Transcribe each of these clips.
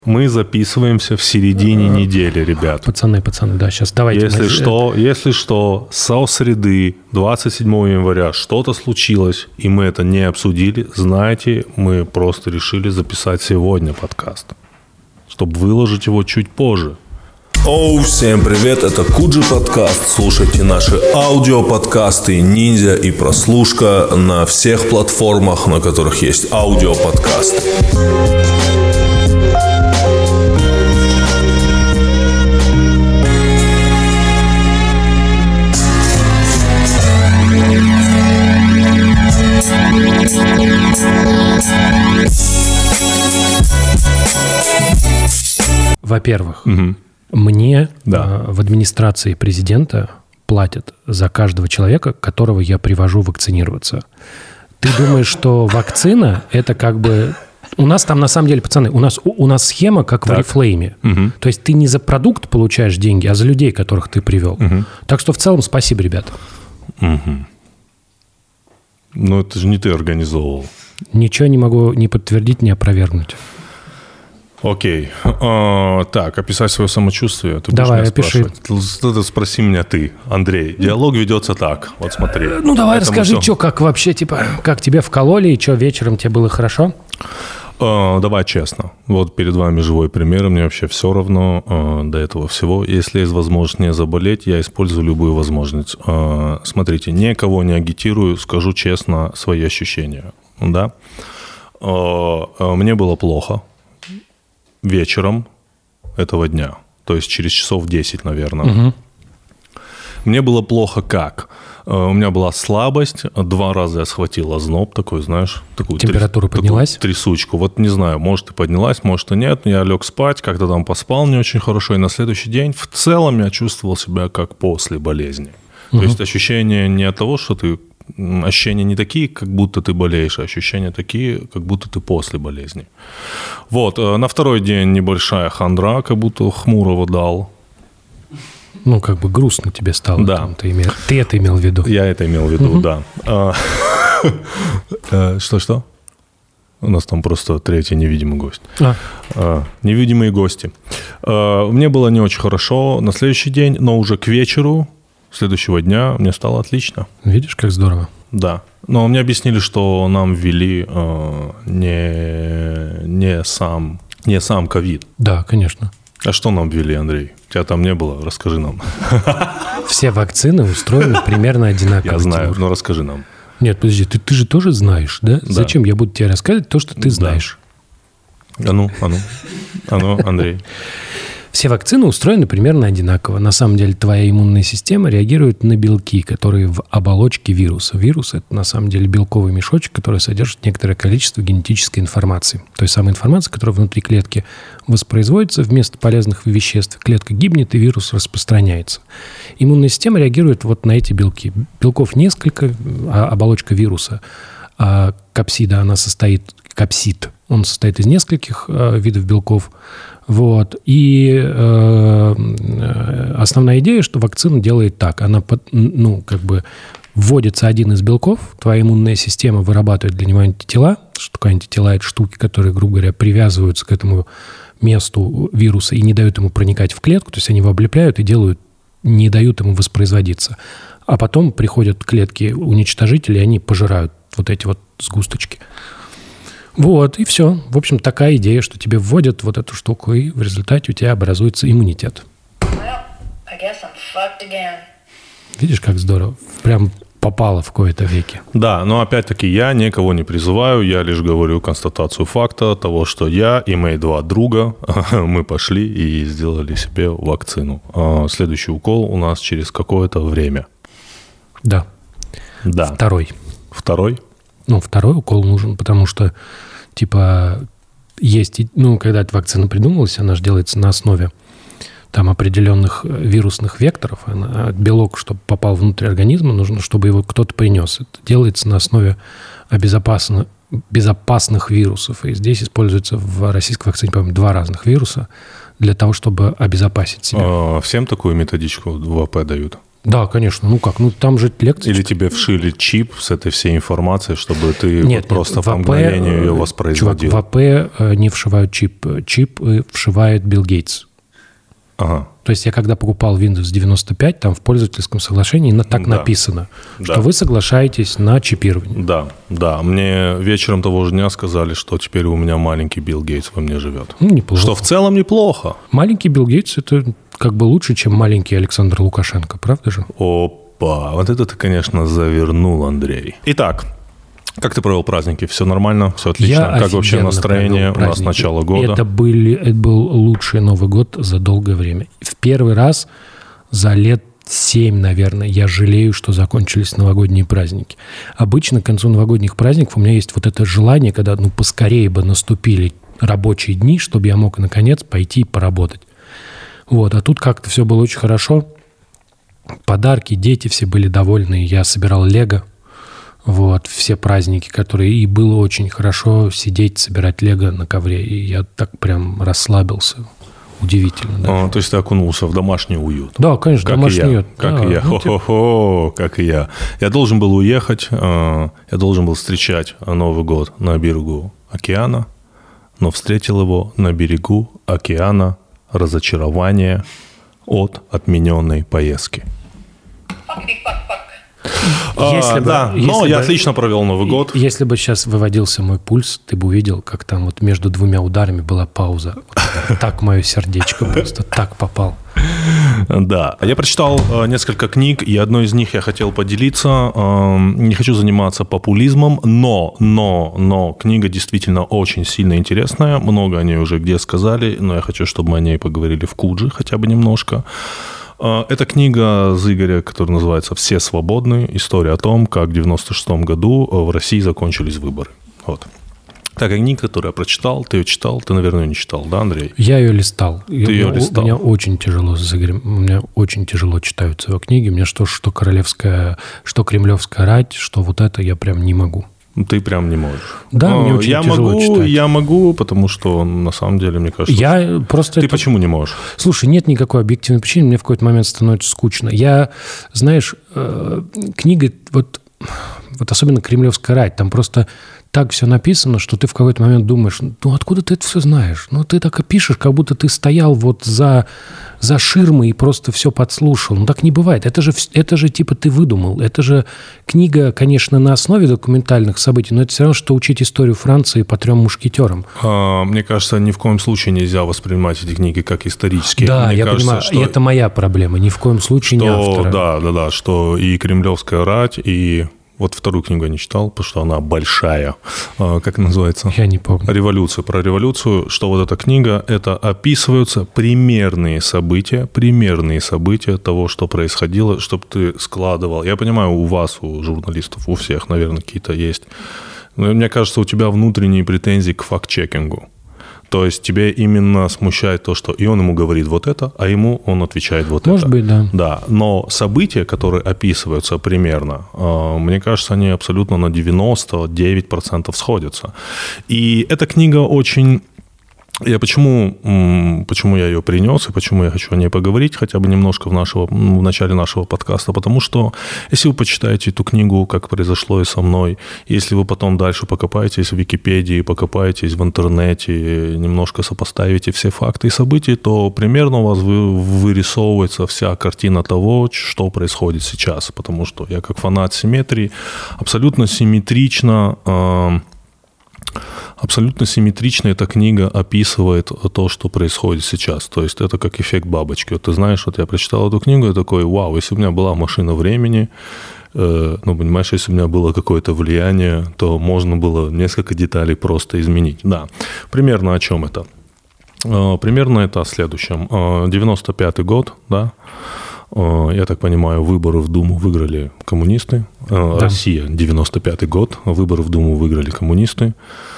Мы записываемся в середине недели, ребят. Пацаны, да, сейчас давайте. Если что, со среды 27 января что-то случилось, и мы это не обсудили, знаете, мы просто решили записать сегодня подкаст, чтобы выложить его чуть позже. Оу, всем привет, это Куджи подкаст. Слушайте наши аудиоподкасты «Ниндзя» и «Прослушка» на всех платформах, на которых есть аудиоподкасты. Во-первых, мне в администрации президента платят за каждого человека, которого я привожу вакцинироваться. Ты думаешь, что вакцина – это как бы… У нас там, на самом деле, пацаны, у нас схема как в Oriflame. То есть ты не за продукт получаешь деньги, а за людей, которых ты привел. Так что в целом спасибо, ребята. Ну, это же не ты организовывал. Ничего не могу ни подтвердить, ни опровергнуть. Окей. Так, описать свое самочувствие. Ты давай, опиши. Спроси меня ты, Андрей. Диалог ведется так. Вот смотри. Ну, давай расскажи, что, как вообще, типа, как тебя вкололи, и что, вечером тебе было хорошо? Давай честно. Вот перед вами живой пример. Мне вообще все равно до этого всего. Если есть возможность не заболеть, я использую любую возможность. Смотрите, никого не агитирую, скажу честно свои ощущения. Да? Мне было плохо вечером этого дня. То есть через часов 10, наверное. Мне было плохо как? У меня была слабость, 2 раза я схватил озноб такой, знаешь. Такую температура поднялась? Такую трясучку. Вот не знаю, может и поднялась, может и нет. Я лег спать, как-то там поспал не очень хорошо. И на следующий день в целом я чувствовал себя как после болезни. То есть ощущение не от того, что ты… Ощущения не такие, как будто ты болеешь, а ощущения такие, как будто ты после болезни. Вот, на второй день небольшая хандра, как будто хмурого дал. Ну, как бы грустно тебе стало. Да. Там, ты это имел в виду. Я это имел в виду, да. Что? У нас там просто третий невидимый гость. Невидимые гости. Мне было не очень хорошо на следующий день, но уже к вечеру следующего дня мне стало отлично. Видишь, как здорово. Да. Но мне объяснили, что нам ввели не сам ковид. Да, конечно. А что нам ввели, Андрей? Тебя там не было? Расскажи нам. Все вакцины устроены примерно одинаково. Я знаю, но расскажи нам. Нет, подожди, ты же тоже знаешь, да? Зачем я буду тебе рассказывать то, что ты знаешь? А ну, Андрей. Все вакцины устроены примерно одинаково. На самом деле твоя иммунная система реагирует на белки, которые в оболочке вируса. Вирус – это на самом деле белковый мешочек, который содержит некоторое количество генетической информации. Той самой информации, которая внутри клетки воспроизводится вместо полезных веществ. Клетка гибнет, и вирус распространяется. Иммунная система реагирует вот на эти белки. Белков несколько, а оболочка вируса капсида, капсид, он состоит из нескольких видов белков. Вот. И основная идея, что вакцина делает так. Она вводится один из белков, твоя иммунная система вырабатывает для него антитела. Что такое антитела? Это штуки, которые, грубо говоря, привязываются к этому месту вируса и не дают ему проникать в клетку. То есть они его облепляют и не дают ему воспроизводиться. А потом приходят клетки-уничтожители, и они пожирают вот эти вот сгусточки. Вот, и все. В общем, такая идея, что тебе вводят вот эту штуку, и в результате у тебя образуется иммунитет. Видишь, как здорово. Прям попало в кои-то веки. Да, но опять-таки я никого не призываю, я лишь говорю констатацию факта того, что я и мои 2 друга, мы пошли и сделали себе вакцину. Следующий укол у нас через какое-то время. Да. Второй? Второй укол нужен, потому что, есть, когда эта вакцина придумалась, она же делается на основе там определенных вирусных векторов. Белок, чтобы попал внутрь организма, нужно, чтобы его кто-то принес. Это делается на основе безопасных вирусов. И здесь используется в российской вакцине, по-моему, 2 разных вируса для того, чтобы обезопасить себя. Всем такую методичку в ВП дают? Да, конечно. Ну как? Ну там же лекция. Или тебе вшили чип с этой всей информацией, чтобы ты просто по мгновению ее воспроизводил? Чувак, в АП не вшивают чип. Чип вшивает Билл Гейтс. Ага. То есть я когда покупал Windows 95, там в пользовательском соглашении так написано, что вы соглашаетесь на чипирование. Да. Мне вечером того же дня сказали, что теперь у меня маленький Билл Гейтс во мне живет. Ну, неплохо. Что в целом неплохо. Маленький Билл Гейтс – это как бы лучше, чем маленький Александр Лукашенко, правда же? Опа, вот это ты, конечно, завернул, Андрей. Итак, как ты провел праздники? Все нормально? Все отлично? Как вообще настроение? У нас начало года. Это был лучший Новый год за долгое время. В первый раз за лет 7, наверное, я жалею, что закончились новогодние праздники. Обычно к концу новогодних праздников у меня есть вот это желание, когда поскорее бы наступили рабочие дни, чтобы я мог, наконец, пойти и поработать. Вот. А тут как-то все было очень хорошо. Подарки, дети все были довольны. Я собирал лего. Вот, все праздники, которые... И было очень хорошо сидеть, собирать лего на ковре. И я так прям расслабился. Удивительно. То есть ты окунулся в домашний уют. Да, конечно, как домашний уют. Как и я. Как и я. Я должен был уехать, я должен был встречать Новый год на берегу океана, но встретил его на берегу океана разочарование от отмененной поездки. Я отлично провел Новый год. Если бы сейчас выводился мой пульс, ты бы увидел, как там вот между двумя ударами была пауза. Так мое сердечко просто так попал. Да. Я прочитал несколько книг, и одной из них я хотел поделиться. Не хочу заниматься популизмом, но книга действительно очень сильно интересная. Много о ней уже где сказали, но я хочу, чтобы мы о ней поговорили в Кудже хотя бы немножко. Это книга Зыгоря, которая называется «Все свободны. История о том, как в 1996 году в России закончились выборы». Вот. Такая книга, которую я прочитал, ты ее читал, ты, наверное, не читал, да, Андрей? Я ее листал. Ты ее листал? У меня очень тяжело с Зыгорем, у меня очень тяжело читаются его книги. У меня что королевская, что кремлевская рать, что вот это я прям не могу. Ты прям не можешь. Да, мне очень тяжело читать. Я могу, потому что, на самом деле, мне кажется... Ты почему не можешь? Слушай, нет никакой объективной причины, мне в какой-то момент становится скучно. Знаешь, книга, вот особенно «Кремлевская рать», там просто так все написано, что ты в какой-то момент думаешь, откуда ты это все знаешь? Ты так и пишешь, как будто ты стоял вот за ширмой и просто все подслушал. Так не бывает. Это же типа ты выдумал. Это же книга, конечно, на основе документальных событий, но это все равно, что учить историю Франции по 3 мушкетерам. Мне кажется, ни в коем случае нельзя воспринимать эти книги как исторические. Да, мне я кажется, понимаю. И это моя проблема. Ни в коем случае не автора. Да, что и «Кремлевская рать», и... Вот вторую книгу я не читал, потому что она большая. Как называется? Я не помню. «Революция». Про революцию, что вот эта книга, это описываются примерные события того, что происходило, чтобы ты складывал. Я понимаю, у вас, у журналистов, у всех, наверное, какие-то есть. Но мне кажется, у тебя внутренние претензии к факт-чекингу. То есть тебе именно смущает то, что и он ему говорит вот это, а ему он отвечает вот это. Может быть, да. Да, но события, которые описываются примерно, мне кажется, они абсолютно на 99% сходятся. И эта книга очень... Почему я ее принес и почему я хочу о ней поговорить хотя бы немножко в начале нашего подкаста? Потому что если вы почитаете эту книгу, как произошло и со мной, если вы потом дальше покопаетесь в Википедии, покопаетесь в интернете, немножко сопоставите все факты и события, то примерно у вас вырисовывается вся картина того, что происходит сейчас. Потому что я как фанат симметрии абсолютно симметрично эта книга описывает то, что происходит сейчас. То есть это как эффект бабочки. Вот ты знаешь, вот я прочитал эту книгу, я такой, вау, если у меня была машина времени, понимаешь, если у меня было какое-то влияние, то можно было несколько деталей просто изменить. Да, примерно о чем это? Примерно это о следующем. 95-й год, да, я так понимаю, выборы в Думу выиграли коммунисты. Да. Россия, 95-й год, выборы в Думу выиграли коммунисты.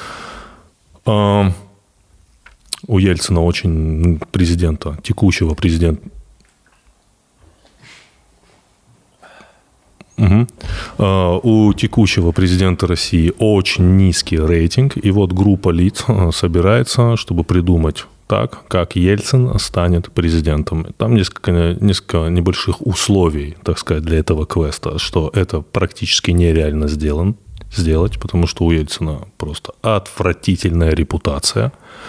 У Ельцина текущего президента... У текущего президента России очень низкий рейтинг. И вот группа лиц собирается, чтобы придумать так, как Ельцин станет президентом. Там несколько небольших условий, так сказать, для этого квеста, что это практически нереально сделать, потому что у Ельцина просто отвратительная репутация.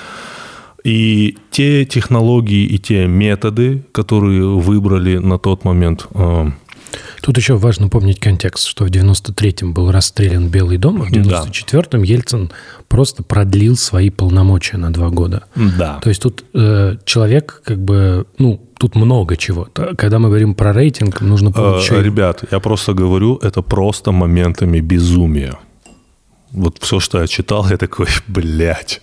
И те технологии и те методы, которые выбрали на тот момент... Тут еще важно помнить контекст, что в 93-м был расстрелян Белый дом, а в 94-м Ельцин просто продлил свои полномочия на 2 года. Да. То есть тут человек как бы... тут много чего. Когда мы говорим про рейтинг, нужно помнить еще... Ребят, я просто говорю, это просто моментами безумия. Вот все, что я читал, я такой, блядь.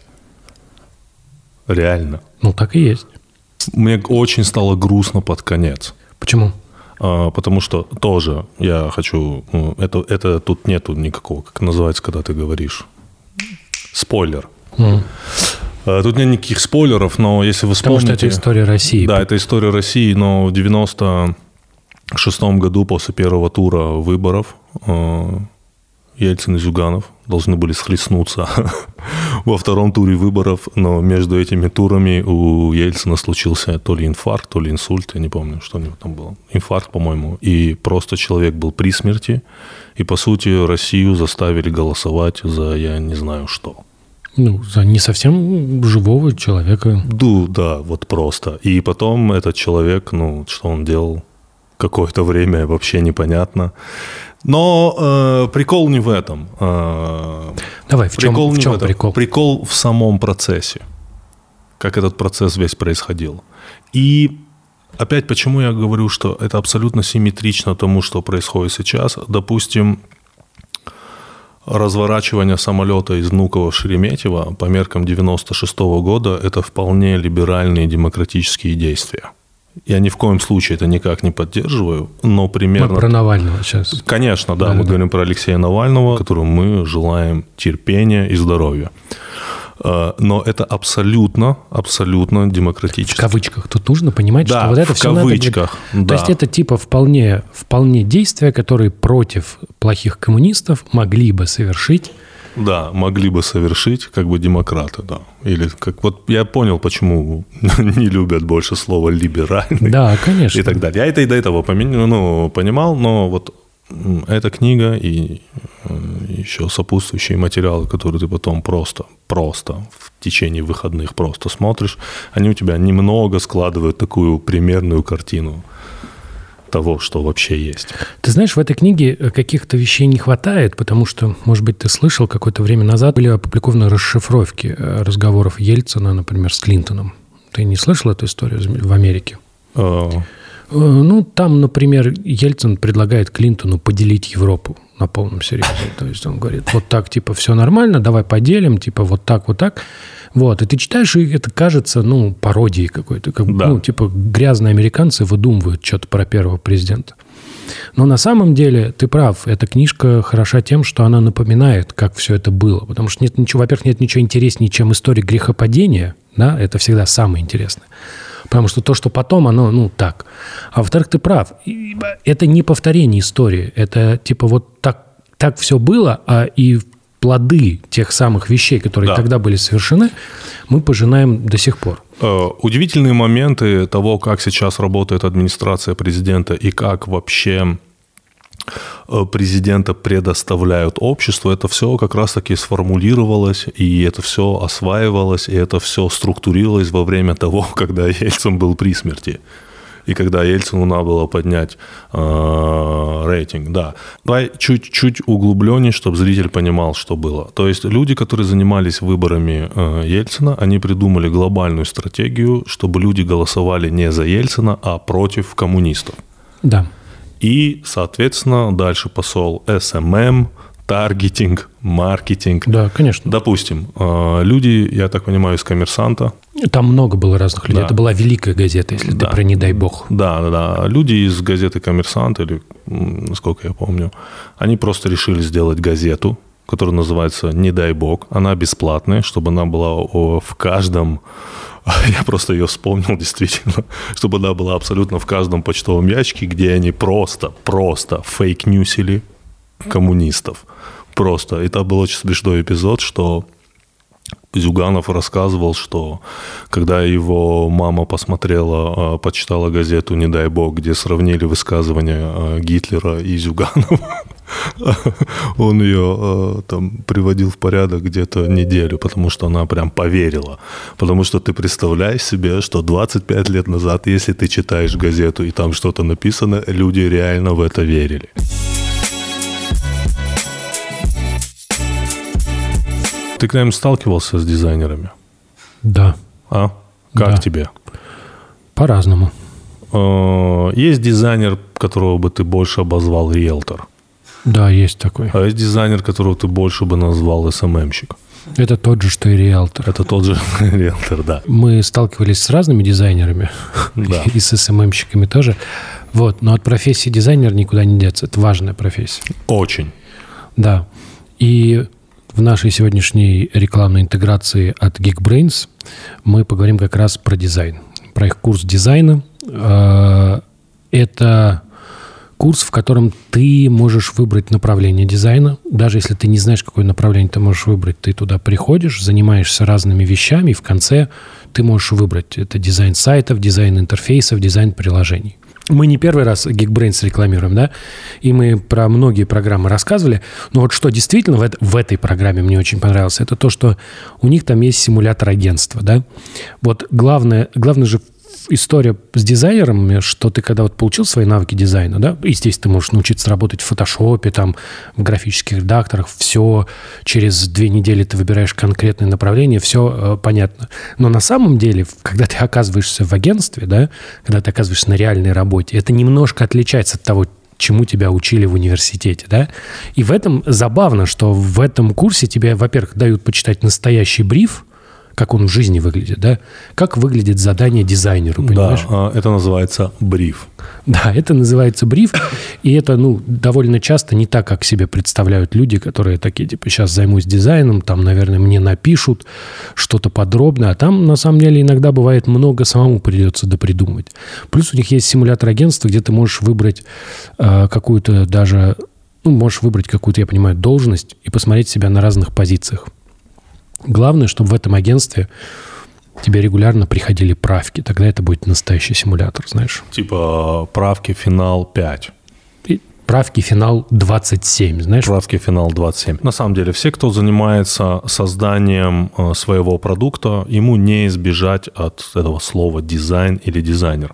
Реально. Так и есть. Мне очень стало грустно под конец. Почему? Потому что тоже я хочу... Это тут нету никакого, как называется, когда ты говоришь. Спойлер. Тут нет никаких спойлеров, но если вы вспомните... Потому что это история России. Да, это история России, но в 96-м году после первого тура выборов Ельцин и Зюганов должны были схлестнуться во втором туре выборов, но между этими турами у Ельцина случился то ли инфаркт, то ли инсульт, я не помню, что у него там было. Инфаркт, по-моему. И просто человек был при смерти, и, по сути, Россию заставили голосовать за я не знаю что. За не совсем живого человека. Да, вот просто. И потом этот человек, что он делал какое-то время, вообще непонятно. Но прикол не в этом. Давай, в чем прикол? Прикол в самом процессе. Как этот процесс весь происходил. И опять, почему я говорю, что это абсолютно симметрично тому, что происходит сейчас. Допустим, разворачивание самолета из Внуково в Шереметьево по меркам 96-го года – это вполне либеральные демократические действия. Я ни в коем случае это никак не поддерживаю, но примерно... Мы про Навального сейчас. Конечно, да, мы говорим про Алексея Навального, которому мы желаем терпения и здоровья. Но это абсолютно демократически. В кавычках. Тут нужно понимать, да, что вот это в все кавычках, надо... Да. То есть это типа вполне действия, которые против плохих коммунистов могли бы совершить. Да, могли бы совершить как бы демократы, да. Или как вот я понял, почему не любят больше слово либеральный. Да, конечно. И так далее. Я это и до этого понимал, но вот эта книга и еще сопутствующие материалы, которые ты потом просто в течение выходных просто смотришь, они у тебя немного складывают такую примерную картину того, что вообще есть. Ты знаешь, в этой книге каких-то вещей не хватает, потому что, может быть, ты слышал, какое-то время назад были опубликованы расшифровки разговоров Ельцина, например, с Клинтоном. Ты не слышал эту историю в Америке? Там, например, Ельцин предлагает Клинтону поделить Европу на полном серьезе. То есть он говорит, вот так, типа, все нормально, давай поделим, типа, вот так, вот так. Вот, и ты читаешь, и это кажется, пародией какой-то. Да. Типа, грязные американцы выдумывают что-то про первого президента. Но на самом деле ты прав, эта книжка хороша тем, что она напоминает, как все это было. Потому что нет ничего интереснее, чем история грехопадения. Да? Это всегда самое интересное. Потому что то, что потом, оно, так. А во-вторых, ты прав. Это не повторение истории. Это типа вот так все было, и плоды тех самых вещей, которые тогда были совершены, мы пожинаем до сих пор. Удивительные моменты того, как сейчас работает администрация президента и как вообще президента предоставляют обществу, это все как раз-таки сформулировалось, и это все осваивалось, и это все структурировалось во время того, когда Ельцин был при смерти. И когда Ельцину надо было поднять рейтинг, да. Давай чуть углубленнее, чтобы зритель понимал, что было. То есть люди, которые занимались выборами Ельцина, они придумали глобальную стратегию, чтобы люди голосовали не за Ельцина, а против коммунистов. Да. И, соответственно, дальше пошел SMM, таргетинг, маркетинг. Да, конечно. Допустим, люди, я так понимаю, из «Коммерсанта». Там много было разных людей. Да. Это была великая газета, если ты про «Не дай бог». Да. Люди из газеты «Коммерсант», или, насколько я помню, они просто решили сделать газету, которая называется «Не дай бог». Она бесплатная, чтобы она была в каждом... Я просто ее вспомнил, действительно, чтобы она была абсолютно в каждом почтовом ящике, где они просто фейк-ньюсили коммунистов. Просто. И там был очень смешной эпизод, что Зюганов рассказывал, что когда его мама посмотрела, почитала газету «Не дай бог», где сравнили высказывания Гитлера и Зюганова, он ее там приводил в порядок где-то неделю, потому что она прям поверила. Потому что ты представляешь себе, что 25 лет назад, если ты читаешь газету и там что-то написано, люди реально в это верили. Ты когда-нибудь сталкивался с дизайнерами? Да. А? Как Да. тебе? По-разному. Есть дизайнер, которого бы ты больше обозвал риэлтор. Да, есть такой. А есть дизайнер, которого ты больше бы назвал СММщик. Это тот же, что и риэлтор. Это тот же риэлтор, да. Мы сталкивались с разными дизайнерами, Да. и с СММщиками тоже. Вот. Но от профессии дизайнер никуда не деться. Это важная профессия. Очень. Да. И в нашей сегодняшней рекламной интеграции от Geekbrains мы поговорим как раз про дизайн, про их курс дизайна. Это курс, в котором ты можешь выбрать направление дизайна. Даже если ты не знаешь, какое направление ты можешь выбрать, ты туда приходишь, занимаешься разными вещами, и в конце ты можешь выбрать. Это дизайн сайтов, дизайн интерфейсов, дизайн приложений. Мы не первый раз Geekbrains рекламируем, да, и мы про многие программы рассказывали, но вот что действительно в этой программе мне очень понравилось, это то, что у них там есть симулятор агентства, да. Вот главное же история с дизайнером, что ты когда вот получил свои навыки дизайна, да, естественно, ты можешь научиться работать в фотошопе, там, в графических редакторах, все, через 2 недели ты выбираешь конкретное направление, все понятно. Но на самом деле, когда ты оказываешься в агентстве, да, когда ты оказываешься на реальной работе, это немножко отличается от того, чему тебя учили в университете, да. И в этом забавно, что в этом курсе тебе, во-первых, дают почитать настоящий бриф, как он в жизни выглядит, да? Как выглядит задание дизайнеру, понимаешь? Да, это называется бриф. Да, это называется бриф, и это, довольно часто не так, как себе представляют люди, которые такие, типа, сейчас займусь дизайном, там, наверное, мне напишут что-то подробное, а там, на самом деле, иногда бывает много самому придется допридумывать. Плюс у них есть симулятор агентства, где ты можешь выбрать какую-то даже, можешь выбрать какую-то, я понимаю, должность и посмотреть себя на разных позициях. Главное, чтобы в этом агентстве тебе регулярно приходили правки. Тогда это будет настоящий симулятор, знаешь. Типа правки финал 5. И правки финал 27, знаешь. Правки финал 27. На самом деле, все, кто занимается созданием своего продукта, ему не избежать от этого слова дизайн или дизайнер.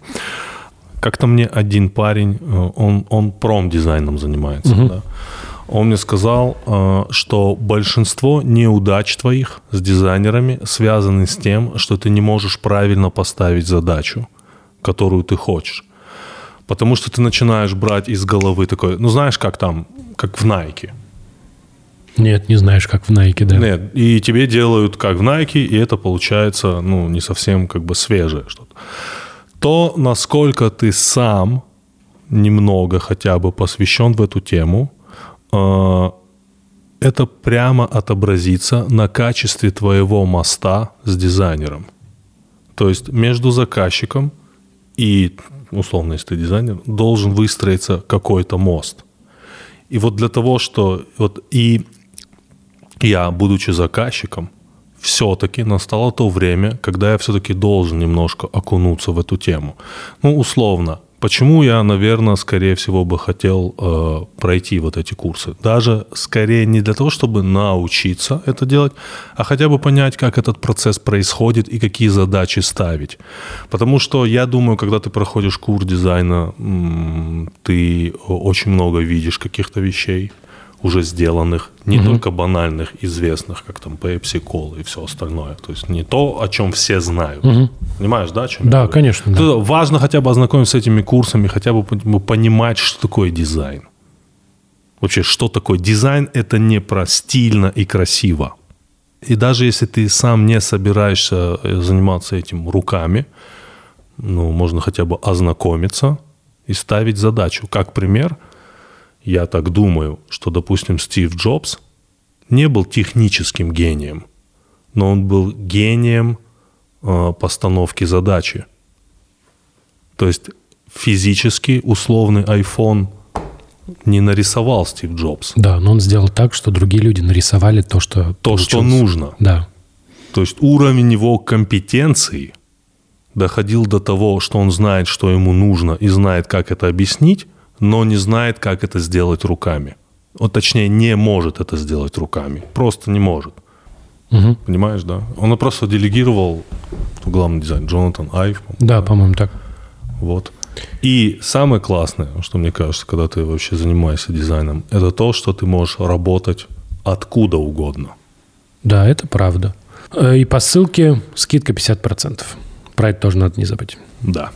Как-то мне один парень, он промдизайном занимается, да? Он мне сказал, что большинство неудач твоих с дизайнерами связаны с тем, что ты не можешь правильно поставить задачу, которую ты хочешь. Потому что ты начинаешь брать из головы такой, знаешь, как там, как в Nike. Нет, не знаешь, как в Nike, да. Нет, и тебе делают как в Nike, и это получается, не совсем как бы свежее что-то. То, насколько ты сам немного хотя бы посвящен в эту тему, это прямо отобразится на качестве твоего моста с дизайнером. То есть между заказчиком и, условно, если ты дизайнер, должен выстроиться какой-то мост. И вот для того, что... И я, будучи заказчиком, все-таки настало то время, когда я все-таки должен немножко окунуться в эту тему. Условно. Почему я, наверное, скорее всего бы хотел пройти вот эти курсы? Даже скорее не для того, чтобы научиться это делать, а хотя бы понять, как этот процесс происходит и какие задачи ставить. Потому что я думаю, когда ты проходишь курс дизайна, ты очень много видишь каких-то вещей уже сделанных, не только банальных, известных, как там Pepsi, Cola и все остальное. То есть не то, о чем все знают. Понимаешь, да, о чем я говорю? Конечно. Да. Важно хотя бы ознакомиться с этими курсами, хотя бы понимать, что такое дизайн. Вообще, что такое дизайн? Это не про стильно и красиво. И даже если ты сам не собираешься заниматься этим руками, можно хотя бы ознакомиться и ставить задачу. Как пример, я так думаю, что, допустим, Стив Джобс не был техническим гением, но он был гением постановки задачи. То есть физически условный iPhone не нарисовал Стив Джобс. Да, но он сделал так, что другие люди нарисовали то, что нужно. Да. То есть уровень его компетенции доходил до того, что он знает, что ему нужно, и знает, как это объяснить, но не знает, как это сделать руками. Он, точнее, не может это сделать руками. Просто не может. Угу. Понимаешь, да? Он просто делегировал главный дизайн Джонатан Айв. Да, по-моему, так. Вот. И самое классное, что мне кажется, когда ты вообще занимаешься дизайном, это то, что ты можешь работать откуда угодно. Да, это правда. И по ссылке скидка 50%. Про это тоже надо не забыть. Да.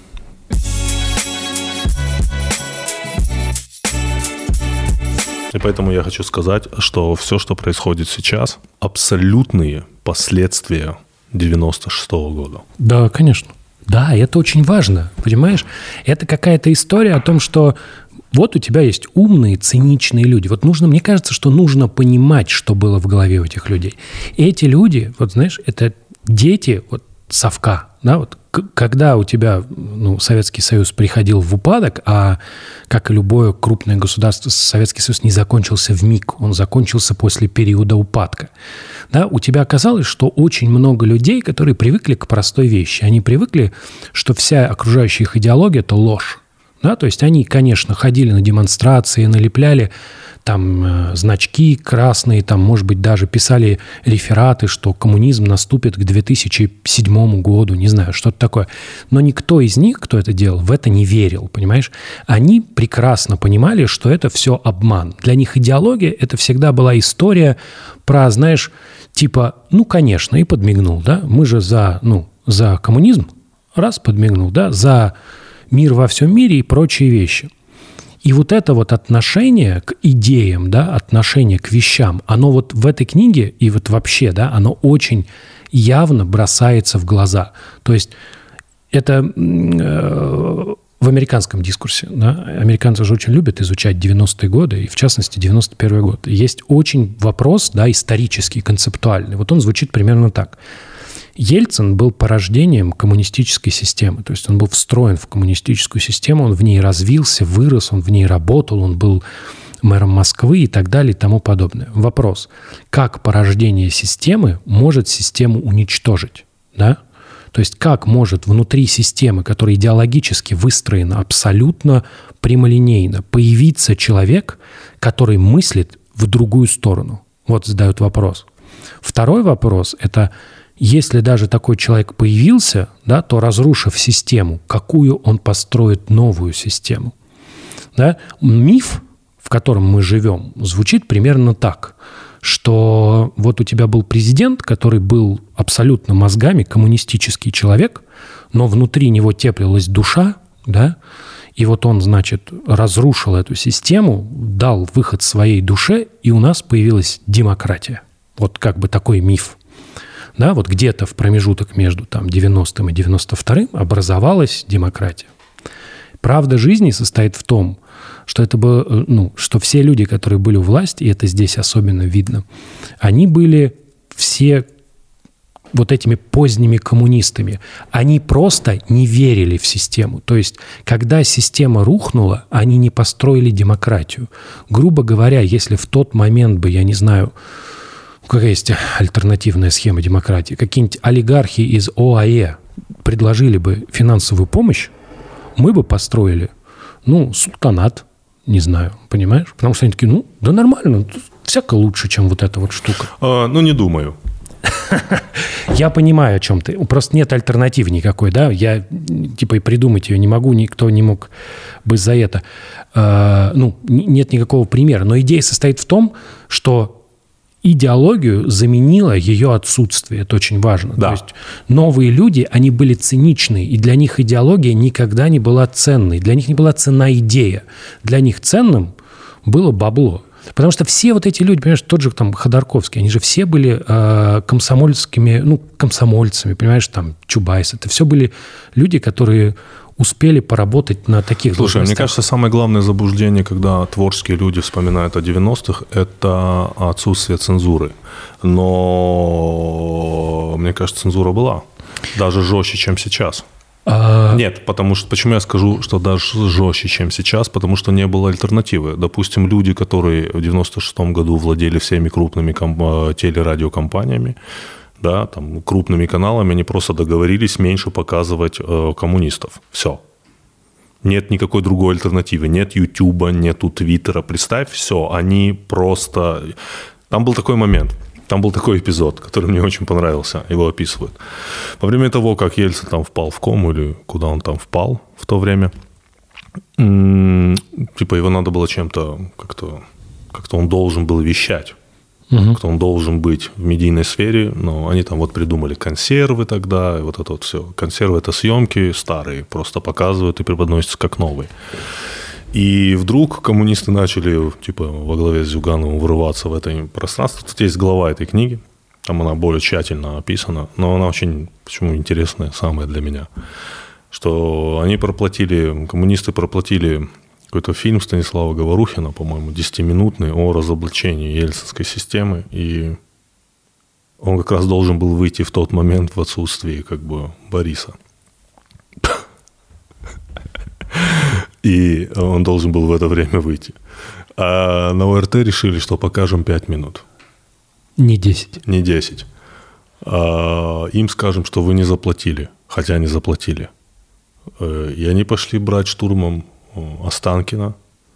И поэтому я хочу сказать, что все, что происходит сейчас, абсолютные последствия 96-го года. Да, конечно. Да, это очень важно, понимаешь? Это какая-то история о том, что вот у тебя есть умные, циничные люди. Вот нужно, мне кажется, что нужно понимать, что было в голове у этих людей. И эти люди, вот знаешь, это дети вот совка, да, вот когда у тебя, Советский Союз приходил в упадок, а как и любое крупное государство, Советский Союз не закончился вмиг, он закончился после периода упадка. Да, у тебя оказалось, что очень много людей, которые привыкли к простой вещи. Они привыкли, что вся окружающая их идеология – это ложь. Да, то есть они, конечно, ходили на демонстрации, налепляли там значки красные, там, может быть, даже писали рефераты, что коммунизм наступит к 2007 году, не знаю, что-то такое. Но никто из них, кто это делал, в это не верил, понимаешь? Они прекрасно понимали, что это все обман. Для них идеология – это всегда была история про, знаешь, типа, конечно, и подмигнул, да? Мы же за коммунизм, раз подмигнул, да, за мир во всем мире и прочие вещи. И вот это вот отношение к идеям, да, отношение к вещам, оно вот в этой книге и вот вообще, да, оно очень явно бросается в глаза. То есть это в американском дискурсе, да, американцы же очень любят изучать 90-е годы, и в частности 91-й год. Есть очень вопрос, да, исторический, концептуальный. Вот он звучит примерно так. Ельцин был порождением коммунистической системы, то есть он был встроен в коммунистическую систему, он в ней развился, вырос, он в ней работал, он был мэром Москвы и так далее и тому подобное. Вопрос, как порождение системы может систему уничтожить, да? То есть как может внутри системы, которая идеологически выстроена абсолютно прямолинейно, появиться человек, который мыслит в другую сторону? Вот задают вопрос. Второй вопрос – это если даже такой человек появился, да, то, разрушив систему, какую он построит новую систему? Да? Миф, в котором мы живем, звучит примерно так, что вот у тебя был президент, который был абсолютно мозгами коммунистический человек, но внутри него теплилась душа, да, и вот он, значит, разрушил эту систему, дал выход своей душе, и у нас появилась демократия. Вот как бы такой миф. Да, вот где-то в промежуток между там 90-м и 92-м образовалась демократия. Правда жизни состоит в том, что это было, что все люди, которые были у власти, и это здесь особенно видно, они были все вот этими поздними коммунистами. Они просто не верили в систему. То есть, когда система рухнула, они не построили демократию. Грубо говоря, если в тот момент бы, я не знаю, какая есть альтернативная схема демократии, какие-нибудь олигархи из ОАЭ предложили бы финансовую помощь, мы бы построили, султанат, не знаю, понимаешь? Потому что они такие, да нормально, всяко лучше, чем вот эта вот штука. Не думаю. Я понимаю, о чем ты. Просто нет альтернативы никакой, да? Я, и придумать ее не могу, никто не мог бы за это. Нет никакого примера. Но идея состоит в том, что идеологию заменило ее отсутствие. Это очень важно. Да. То есть новые люди, они были циничны, и для них идеология никогда не была ценной. Для них не была ценна идея. Для них ценным было бабло. Потому что все вот эти люди, понимаешь, тот же там Ходорковский, они же все были комсомольцами, понимаешь, там Чубайс. Это все были люди, которые успели поработать на таких должностях. Слушай, мне кажется, самое главное заблуждение, когда творческие люди вспоминают о 90-х, это отсутствие цензуры. Но, мне кажется, цензура была даже жестче, чем сейчас. Нет, почему я скажу, что даже жестче, чем сейчас? Потому что не было альтернативы. Допустим, люди, которые в 96-м году владели всеми крупными телерадиокомпаниями, да, там, крупными каналами, они просто договорились меньше показывать коммунистов. Все. Нет никакой другой альтернативы. Нет Ютуба, нету Твиттера. Представь, все, они просто... Там был такой момент, там был такой эпизод, который мне очень понравился, его описывают. Во время того, как Ельцин там впал в кому, или куда он там впал в то время, типа его надо было чем-то, как-то он должен был вещать. Кто он должен быть в медийной сфере, но они там вот придумали консервы тогда, и вот это вот все. Консервы – это съемки старые, просто показывают и преподносятся как новые. И вдруг коммунисты начали, типа, во главе с Зюгановым врываться в это пространство. Тут есть глава этой книги, там она более тщательно описана, но она очень, почему интересная, самая для меня, что они коммунисты проплатили какой-то фильм Станислава Говорухина, по-моему, 10-минутный, о разоблачении ельцинской системы, и он как раз должен был выйти в тот момент в отсутствии как бы Бориса. И он должен был в это время выйти. А на ОРТ решили, что покажем 5 минут. Не 10. Не 10. Им скажем, что вы не заплатили, хотя они заплатили. И они пошли брать штурмом Останкино,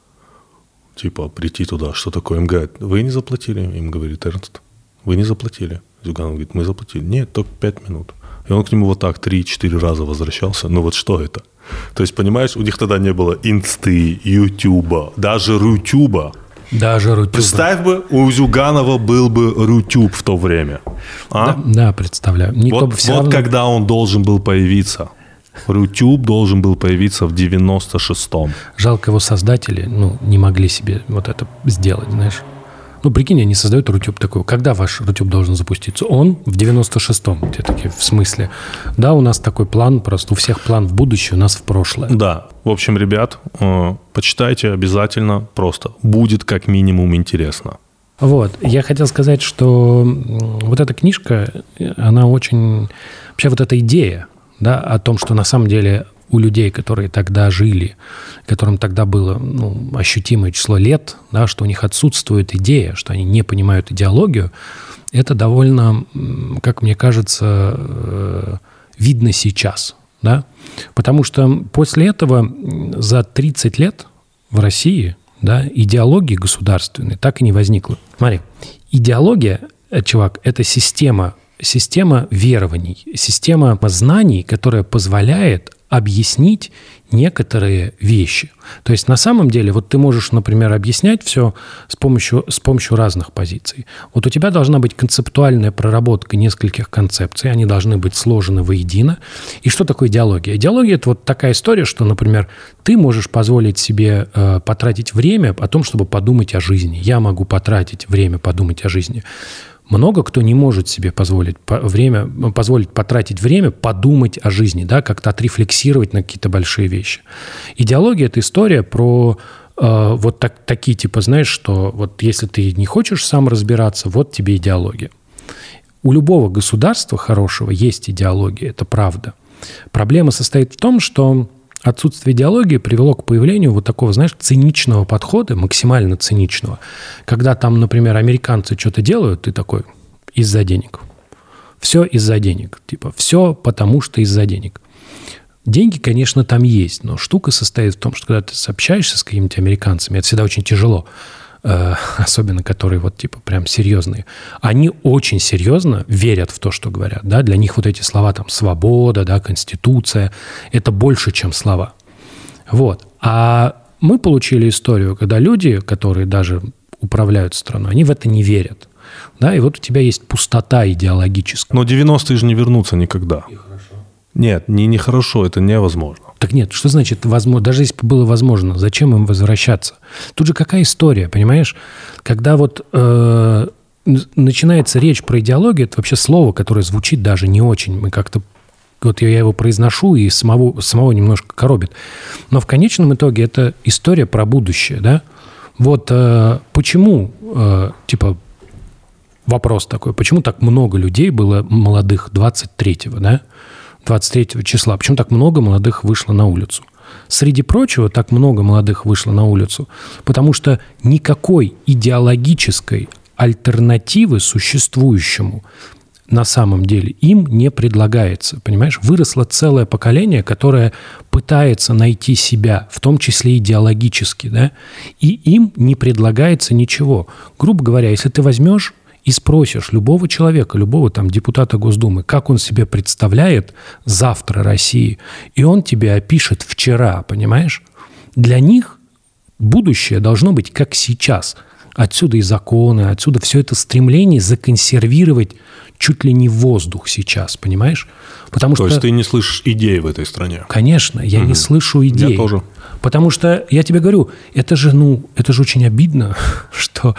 типа прийти туда, что такое. Им говорят, вы не заплатили? Им говорит Эрнст, вы не заплатили. Зюганов говорит, мы заплатили. Нет, только 5 минут. И он к нему вот так 3-4 раза возвращался. Ну вот что это? То есть, понимаешь, у них тогда не было инсты, ютуба, даже рутюба. Представь бы, у Зюганова был бы рутюб в то время. А? Да, представляю. Вот когда он должен был появиться. Рутюб должен был появиться в 96-м. Жалко, его создатели не могли себе вот это сделать, знаешь. Прикинь, они создают Рутюб такой. Когда ваш Рутюб должен запуститься? Он в 96-м. Те такие, в смысле? Да, у нас такой план, просто у всех план в будущее, у нас в прошлое. Да. В общем, ребят, почитайте обязательно просто. Будет как минимум интересно. Вот. Я хотел сказать, что вот эта книжка, она очень... Вообще вот эта идея, да, о том, что на самом деле у людей, которые тогда жили, которым тогда было ощутимое число лет, да, что у них отсутствует идея, что они не понимают идеологию, это довольно, как мне кажется, видно сейчас. Да? Потому что после этого за 30 лет в России, да, идеологии государственной так и не возникло. Смотри, идеология, чувак, это система верований, система знаний, которая позволяет объяснить некоторые вещи. То есть на самом деле вот ты можешь, например, объяснять все с помощью разных позиций. Вот у тебя должна быть концептуальная проработка нескольких концепций, они должны быть сложены воедино. И что такое идеология? Идеология – это вот такая история, что, например, ты можешь позволить себе потратить время о том, чтобы подумать о жизни. Я могу потратить время подумать о жизни. Много кто не может себе позволить потратить время подумать о жизни, да, как-то отрефлексировать на какие-то большие вещи. Идеология – это история про вот такие, типа, знаешь, что вот если ты не хочешь сам разбираться, вот тебе идеология. У любого государства хорошего есть идеология, это правда. Проблема состоит в том, что отсутствие идеологии привело к появлению вот такого, знаешь, циничного подхода, максимально циничного. Когда там, например, американцы что-то делают, ты такой, из-за денег. Все из-за денег. Типа, все потому что из-за денег. Деньги, конечно, там есть, но штука состоит в том, что когда ты общаешься с какими-то американцами, это всегда очень тяжело, особенно которые вот типа прям серьезные, они очень серьезно верят в то, что говорят. Да? Для них вот эти слова там свобода, да, конституция, это больше, чем слова. Вот. А мы получили историю, когда люди, которые даже управляют страной, они в это не верят. Да? И вот у тебя есть пустота идеологическая. Но 90-е же не вернутся никогда. И хорошо. Нет, не хорошо, это невозможно. Так нет, что значит возможно? Даже если бы было возможно, зачем им возвращаться? Тут же какая история, понимаешь? Когда вот начинается речь про идеологию, это вообще слово, которое звучит даже не очень. Мы как-то вот я его произношу и самого немножко коробит. Но в конечном итоге это история про будущее, да? Вот почему, типа, вопрос такой, почему так много людей было молодых 23-го, да? 23 числа. Почему так много молодых вышло на улицу? Среди прочего, так много молодых вышло на улицу, потому что никакой идеологической альтернативы существующему на самом деле им не предлагается, понимаешь? Выросло целое поколение, которое пытается найти себя, в том числе идеологически, да, и им не предлагается ничего. Грубо говоря, если ты возьмешь и спросишь любого человека, любого там депутата Госдумы, как он себе представляет завтра России, и он тебе опишет вчера, понимаешь? Для них будущее должно быть как сейчас. Отсюда и законы, отсюда все это стремление законсервировать чуть ли не воздух сейчас, понимаешь? Потому То есть ты не слышишь идей в этой стране? Конечно, я не слышу идей. Я тоже. Потому что, я тебе говорю, это же очень обидно, что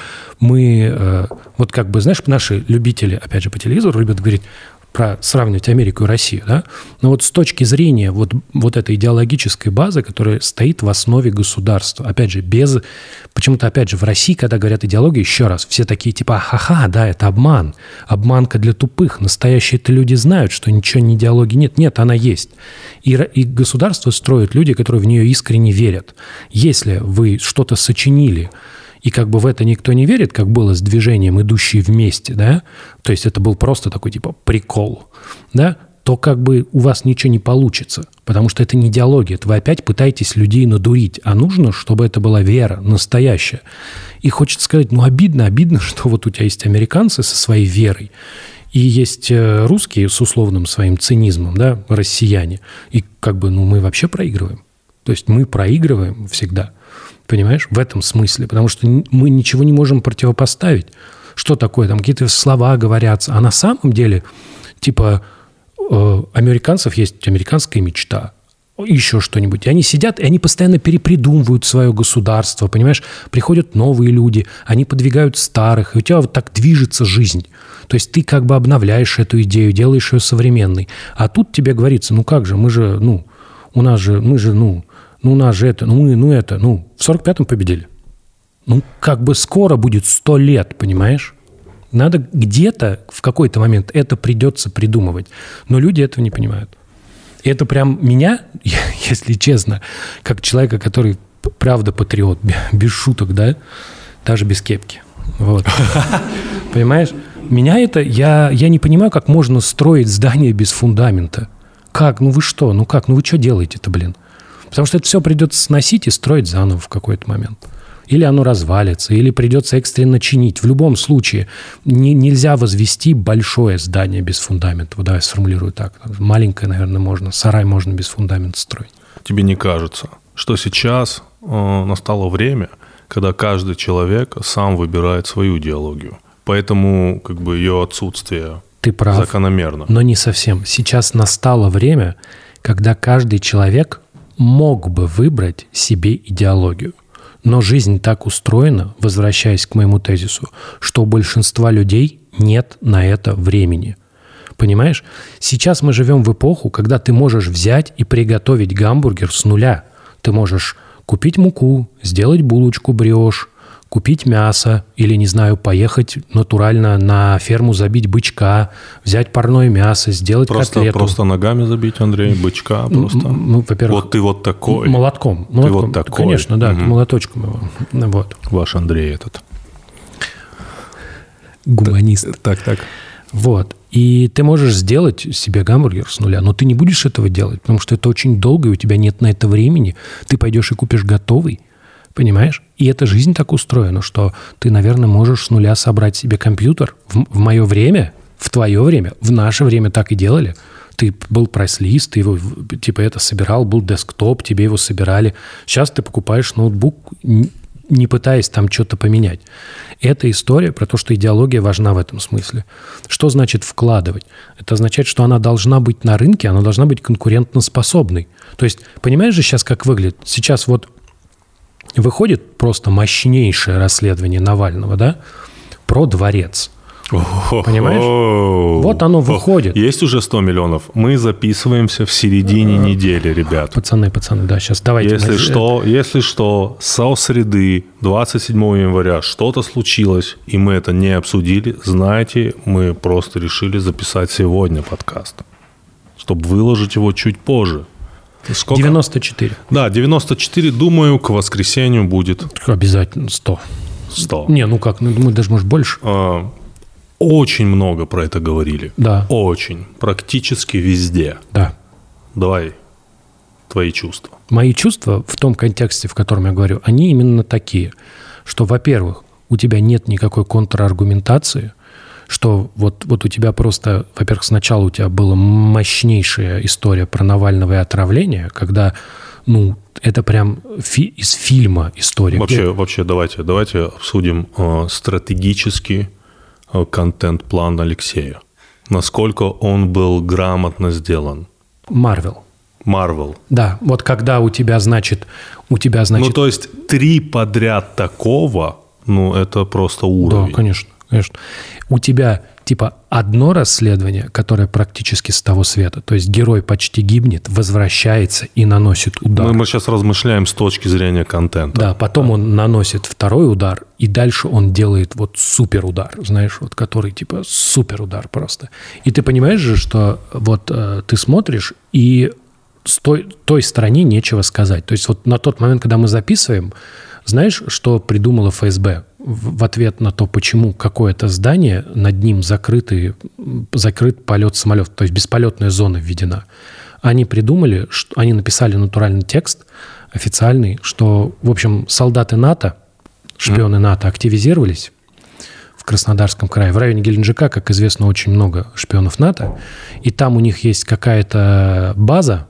мы, вот как бы, знаешь, наши любители, опять же, по телевизору любят говорить, сравнивать Америку и Россию, да? Но вот с точки зрения вот этой идеологической базы, которая стоит в основе государства, опять же, почему-то, опять же, в России, когда говорят идеология, еще раз, все такие типа, ха-ха, да, это обман, обманка для тупых, настоящие-то люди знают, что ничего не идеологии нет, нет, она есть. И государство строят люди, которые в нее искренне верят. Если вы что-то сочинили, и как бы в это никто не верит, как было с движением «Идущие вместе», да, то есть это был просто такой типа прикол, да, то как бы у вас ничего не получится, потому что это не идеология, это вы опять пытаетесь людей надурить, а нужно, чтобы это была вера настоящая. И хочется сказать, обидно, что вот у тебя есть американцы со своей верой, и есть русские с условным своим цинизмом, да, россияне, и как бы, мы вообще проигрываем. То есть мы проигрываем всегда. Понимаешь? В этом смысле. Потому что мы ничего не можем противопоставить. Что такое? Там какие-то слова говорятся. А на самом деле, типа, американцев есть американская мечта. Еще что-нибудь. И они сидят, и они постоянно перепридумывают свое государство. Понимаешь? Приходят новые люди, они подвигают старых. И у тебя вот так движется жизнь. То есть ты как бы обновляешь эту идею, делаешь ее современной. А тут тебе говорится, как же, мы же, у нас же в 45-м победили. Как бы скоро будет 100 лет, понимаешь? Надо где-то в какой-то момент это придется придумывать. Но люди этого не понимают. И это прям меня, если честно, как человека, который правда патриот, без шуток, да, даже без кепки. Вот. Понимаешь? Меня это... Я не понимаю, как можно строить здание без фундамента. Как? Вы что? Вы что делаете-то, блин? Потому что это все придется сносить и строить заново в какой-то момент. Или оно развалится, или придется экстренно чинить. В любом случае нельзя возвести большое здание без фундамента. Вот давай сформулирую так. Маленькое, наверное, можно. Сарай можно без фундамента строить. Тебе не кажется, что сейчас настало время, когда каждый человек сам выбирает свою идеологию? Поэтому как бы ее отсутствие Ты прав, закономерно. Но не совсем. Сейчас настало время, когда каждый человек мог бы выбрать себе идеологию. Но жизнь так устроена, возвращаясь к моему тезису, что у большинства людей нет на это времени. Понимаешь? Сейчас мы живем в эпоху, когда ты можешь взять и приготовить гамбургер с нуля. Ты можешь купить муку, сделать булочку бриош, купить мясо или, не знаю, поехать натурально на ферму забить бычка, взять парное мясо, сделать котлету. Просто ногами забить, Андрей, бычка просто? Во-первых, вот ты вот такой. Молотком. Ты вот такой. Конечно, да, молоточком его. Вот. Ваш Андрей этот. Гуманист. Так. Вот. И ты можешь сделать себе гамбургер с нуля, но ты не будешь этого делать, потому что это очень долго, и у тебя нет на это времени. Ты пойдешь и купишь готовый. Понимаешь? И эта жизнь так устроена, что ты, наверное, можешь с нуля собрать себе компьютер. В мое время, в твое время, в наше время так и делали. Ты был прайс-лист, ты его типа это собирал, был десктоп, тебе его собирали. Сейчас ты покупаешь ноутбук, не пытаясь там что-то поменять. Это история про то, что идеология важна в этом смысле. Что значит вкладывать? Это означает, что она должна быть на рынке, она должна быть конкурентоспособной. То есть, понимаешь же сейчас, как выглядит? Сейчас вот выходит просто мощнейшее расследование Навального, да, про дворец. Понимаешь? Вот оно выходит. Есть уже 100 миллионов. Мы записываемся в середине недели, ребят. Пацаны, да, сейчас давайте. Если что, со среды 27 января что-то случилось, и мы это не обсудили, знаете, мы просто решили записать сегодня подкаст, чтобы выложить его чуть позже. Сколько? 94. Да, 94, думаю, к воскресенью будет. Обязательно 100. 100. Не, думаю, даже может больше. очень много про это говорили. Да. Очень. Практически везде. Да. Давай, твои чувства. Мои чувства в том контексте, в котором я говорю, они именно такие, что, во-первых, у тебя нет никакой контраргументации, что вот у тебя просто, во-первых, сначала у тебя была мощнейшая история про Навального и отравление, когда, это прям из фильма история. Вообще давайте обсудим стратегический контент-план Алексея. Насколько он был грамотно сделан. Марвел. Да, вот когда у тебя, значит... то есть 3 подряд такого, это просто уровень. Да, конечно. У тебя одно расследование, которое практически с того света. То есть герой почти гибнет, возвращается и наносит удар. Мы сейчас размышляем с точки зрения контента. Да, потом он наносит второй удар, и дальше он делает суперудар, знаешь, который суперудар просто. И ты понимаешь же, что ты смотришь, и с той стороне нечего сказать. То есть на тот момент, когда мы записываем, знаешь, что придумала ФСБ в ответ на то, почему какое-то здание, над ним закрыт полет самолета, то есть бесполетная зона введена. Они придумали, они написали натуральный текст официальный, что, в общем, солдаты НАТО, шпионы НАТО активизировались в Краснодарском крае. В районе Геленджика, как известно, очень много шпионов НАТО, и там у них есть какая-то база,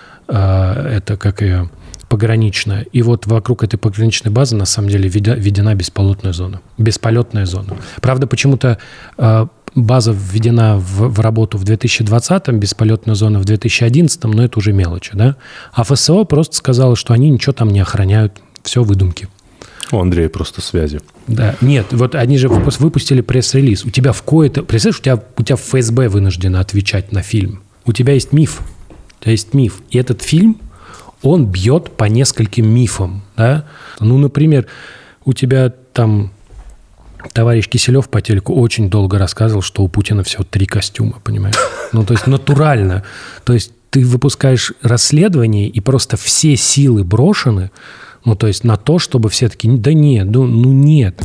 это как ее... пограничная. И вокруг этой пограничной базы на самом деле введена бесполетная зона. Правда, почему-то база введена в работу в 2020-м, бесполетная зона в 2011-м, но это уже мелочи, да? А ФСО просто сказала, что они ничего там не охраняют, все выдумки. У Андрея просто связи. Да, нет, они же выпустили пресс-релиз. У тебя представляешь, у тебя ФСБ вынуждено отвечать на фильм. У тебя есть миф. И этот фильм, он бьет по нескольким мифам, да? Например, у тебя там товарищ Киселев по телеку очень долго рассказывал, что у Путина всего 3 костюма, понимаешь? То есть натурально. То есть ты выпускаешь расследование, и просто все силы брошены, то есть на то, чтобы все таки да нет, нет.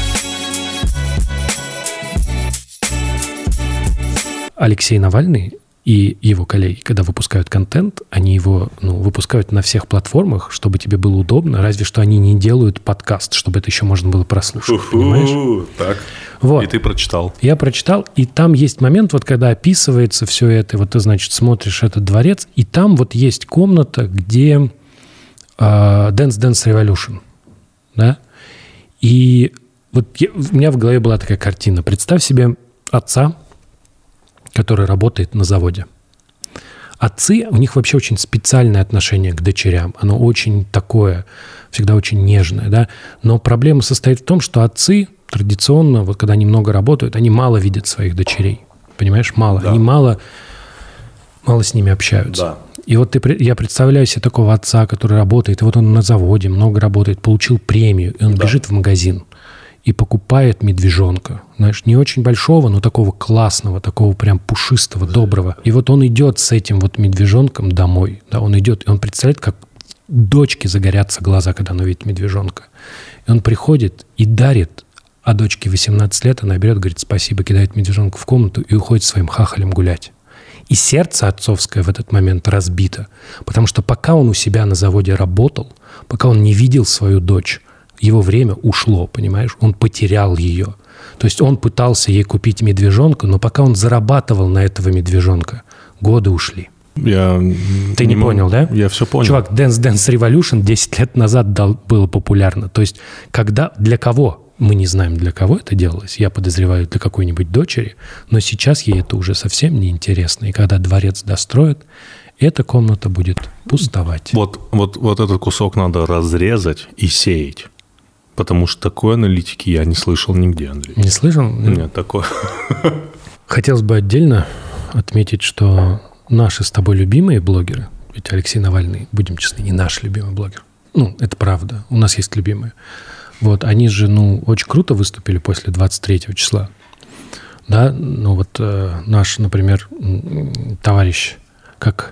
Алексей Навальный и его коллеги, когда выпускают контент, они его выпускают на всех платформах, чтобы тебе было удобно, разве что они не делают подкаст, чтобы это еще можно было прослушать, понимаешь? Так, и ты прочитал. Я прочитал, и там есть момент, когда описывается все это, ты, значит, смотришь этот дворец, и там есть комната, где Dance Dance Revolution, да? И у меня в голове была такая картина. Представь себе отца, который работает на заводе. Отцы, у них вообще очень специальное отношение к дочерям. Оно очень такое, всегда очень нежное, да. Но проблема состоит в том, что отцы традиционно, когда они много работают, они мало видят своих дочерей. Понимаешь? Мало. Да. Они мало с ними общаются. Да. И я представляю себе такого отца, который работает, и он на заводе, много работает, получил премию, и он бежит в магазин и покупает медвежонка. Знаешь, не очень большого, но такого классного, такого прям пушистого, доброго. И он идет с этим медвежонком домой. Да, он идет, и он представляет, как дочке загорятся глаза, когда она видит медвежонка. И он приходит и дарит, а дочке 18 лет, она берет, говорит спасибо, кидает медвежонка в комнату и уходит своим хахалем гулять. И сердце отцовское в этот момент разбито. Потому что пока он у себя на заводе работал, пока он не видел свою дочь, его время ушло, понимаешь? Он потерял ее. То есть он пытался ей купить медвежонка, но пока он зарабатывал на этого медвежонка, годы ушли. Ты не понял, да? Я все понял. Чувак, Dance Dance Revolution 10 лет назад было популярно. То есть для кого? Мы не знаем, для кого это делалось. Я подозреваю, для какой-нибудь дочери. Но сейчас ей это уже совсем не интересно. И когда дворец достроят, эта комната будет пустовать. Вот этот кусок надо разрезать и сеять. Потому что такой аналитики я не слышал нигде, Андрей. Не слышал? Нет, такой. Хотелось бы отдельно отметить, что наши с тобой любимые блогеры, ведь Алексей Навальный, будем честны, не наш любимый блогер. Это правда. У нас есть любимые. Они же, очень круто выступили после 23 числа. Да, наш, например, товарищ, как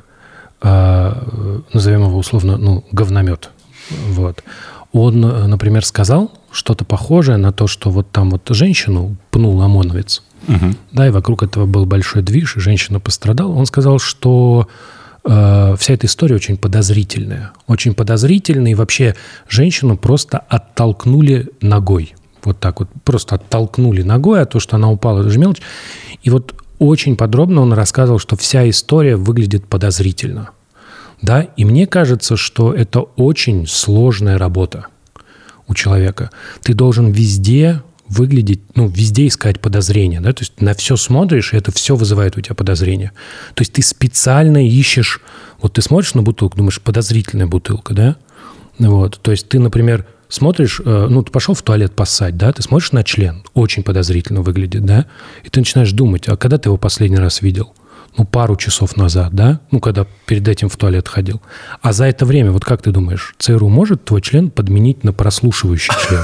назовем его условно, говномет. Он, например, сказал, что-то похожее на то, что вот там вот женщину пнул ОМОНовец, да, и вокруг этого был большой движ, и женщина пострадала. Он сказал, что вся эта история очень подозрительная. Очень подозрительная, и вообще женщину просто оттолкнули ногой. Вот так вот, просто оттолкнули ногой, а то, что она упала, это же мелочь. И вот очень подробно он рассказывал, что вся история выглядит подозрительно. Да, и мне кажется, что это очень сложная работа у человека. Ты должен везде выглядеть, везде искать подозрения, да, то есть на все смотришь, и это все вызывает у тебя подозрения. То есть ты специально ищешь, вот ты смотришь на бутылку, думаешь, подозрительная бутылка, да, вот, то есть ты, например, смотришь, ты пошел в туалет поссать, да, ты смотришь на член, очень подозрительно выглядит, да, и ты начинаешь думать, а когда ты его последний раз видел? Пару часов назад, да, когда перед этим в туалет ходил. А за это время, вот как ты думаешь, ЦРУ может твой член подменить на прослушивающий член?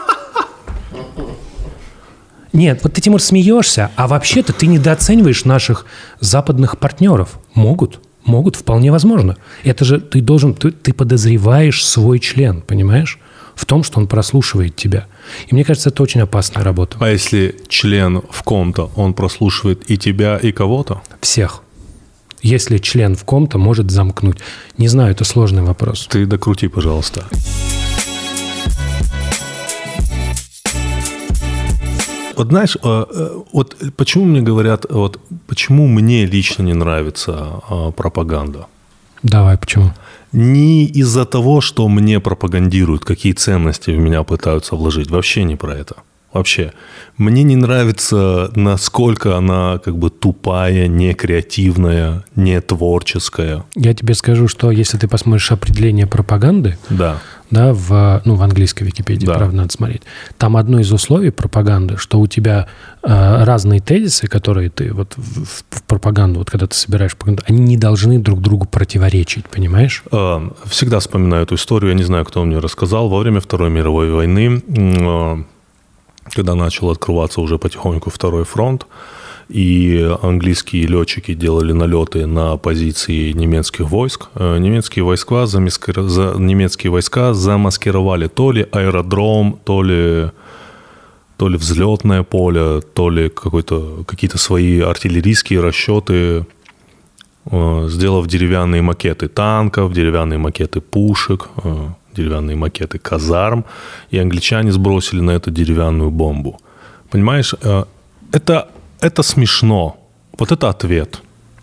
Нет, вот ты, Тимур, смеешься, а вообще-то ты недооцениваешь наших западных партнеров. Могут, вполне возможно. Это же ты подозреваешь свой член, понимаешь? В том, что он прослушивает тебя. И мне кажется, это очень опасная работа. А если член в ком-то, он прослушивает и тебя, и кого-то? Всех. Если член в ком-то может замкнуть. Не знаю, это сложный вопрос. Ты докрути, пожалуйста. Вот знаешь, вот почему мне говорят, вот почему мне лично не нравится пропаганда? Давай, почему? Не из-за того, что мне пропагандируют, какие ценности в меня пытаются вложить. Вообще не про это. Вообще. Мне не нравится, насколько она как бы тупая, не креативная, не творческая. Я тебе скажу, что если ты посмотришь определение пропаганды, да, в английской Википедии, да, правда, надо смотреть, там одно из условий пропаганды, что у тебя разные тезисы, которые ты вот в пропаганду, вот когда ты собираешь пропаганду, они не должны друг другу противоречить, понимаешь? Всегда вспоминаю эту историю, я не знаю, кто мне рассказал, во время Второй мировой войны, когда начал открываться уже потихоньку Второй фронт, и английские летчики делали налеты на позиции немецких войск. Немецкие войска замаскировали то ли аэродром, то ли взлетное поле, то ли какие-то свои артиллерийские расчеты, сделав деревянные макеты танков, деревянные макеты пушек, деревянные макеты казарм, и англичане сбросили на это деревянную бомбу. Понимаешь, это смешно. Вот это ответ.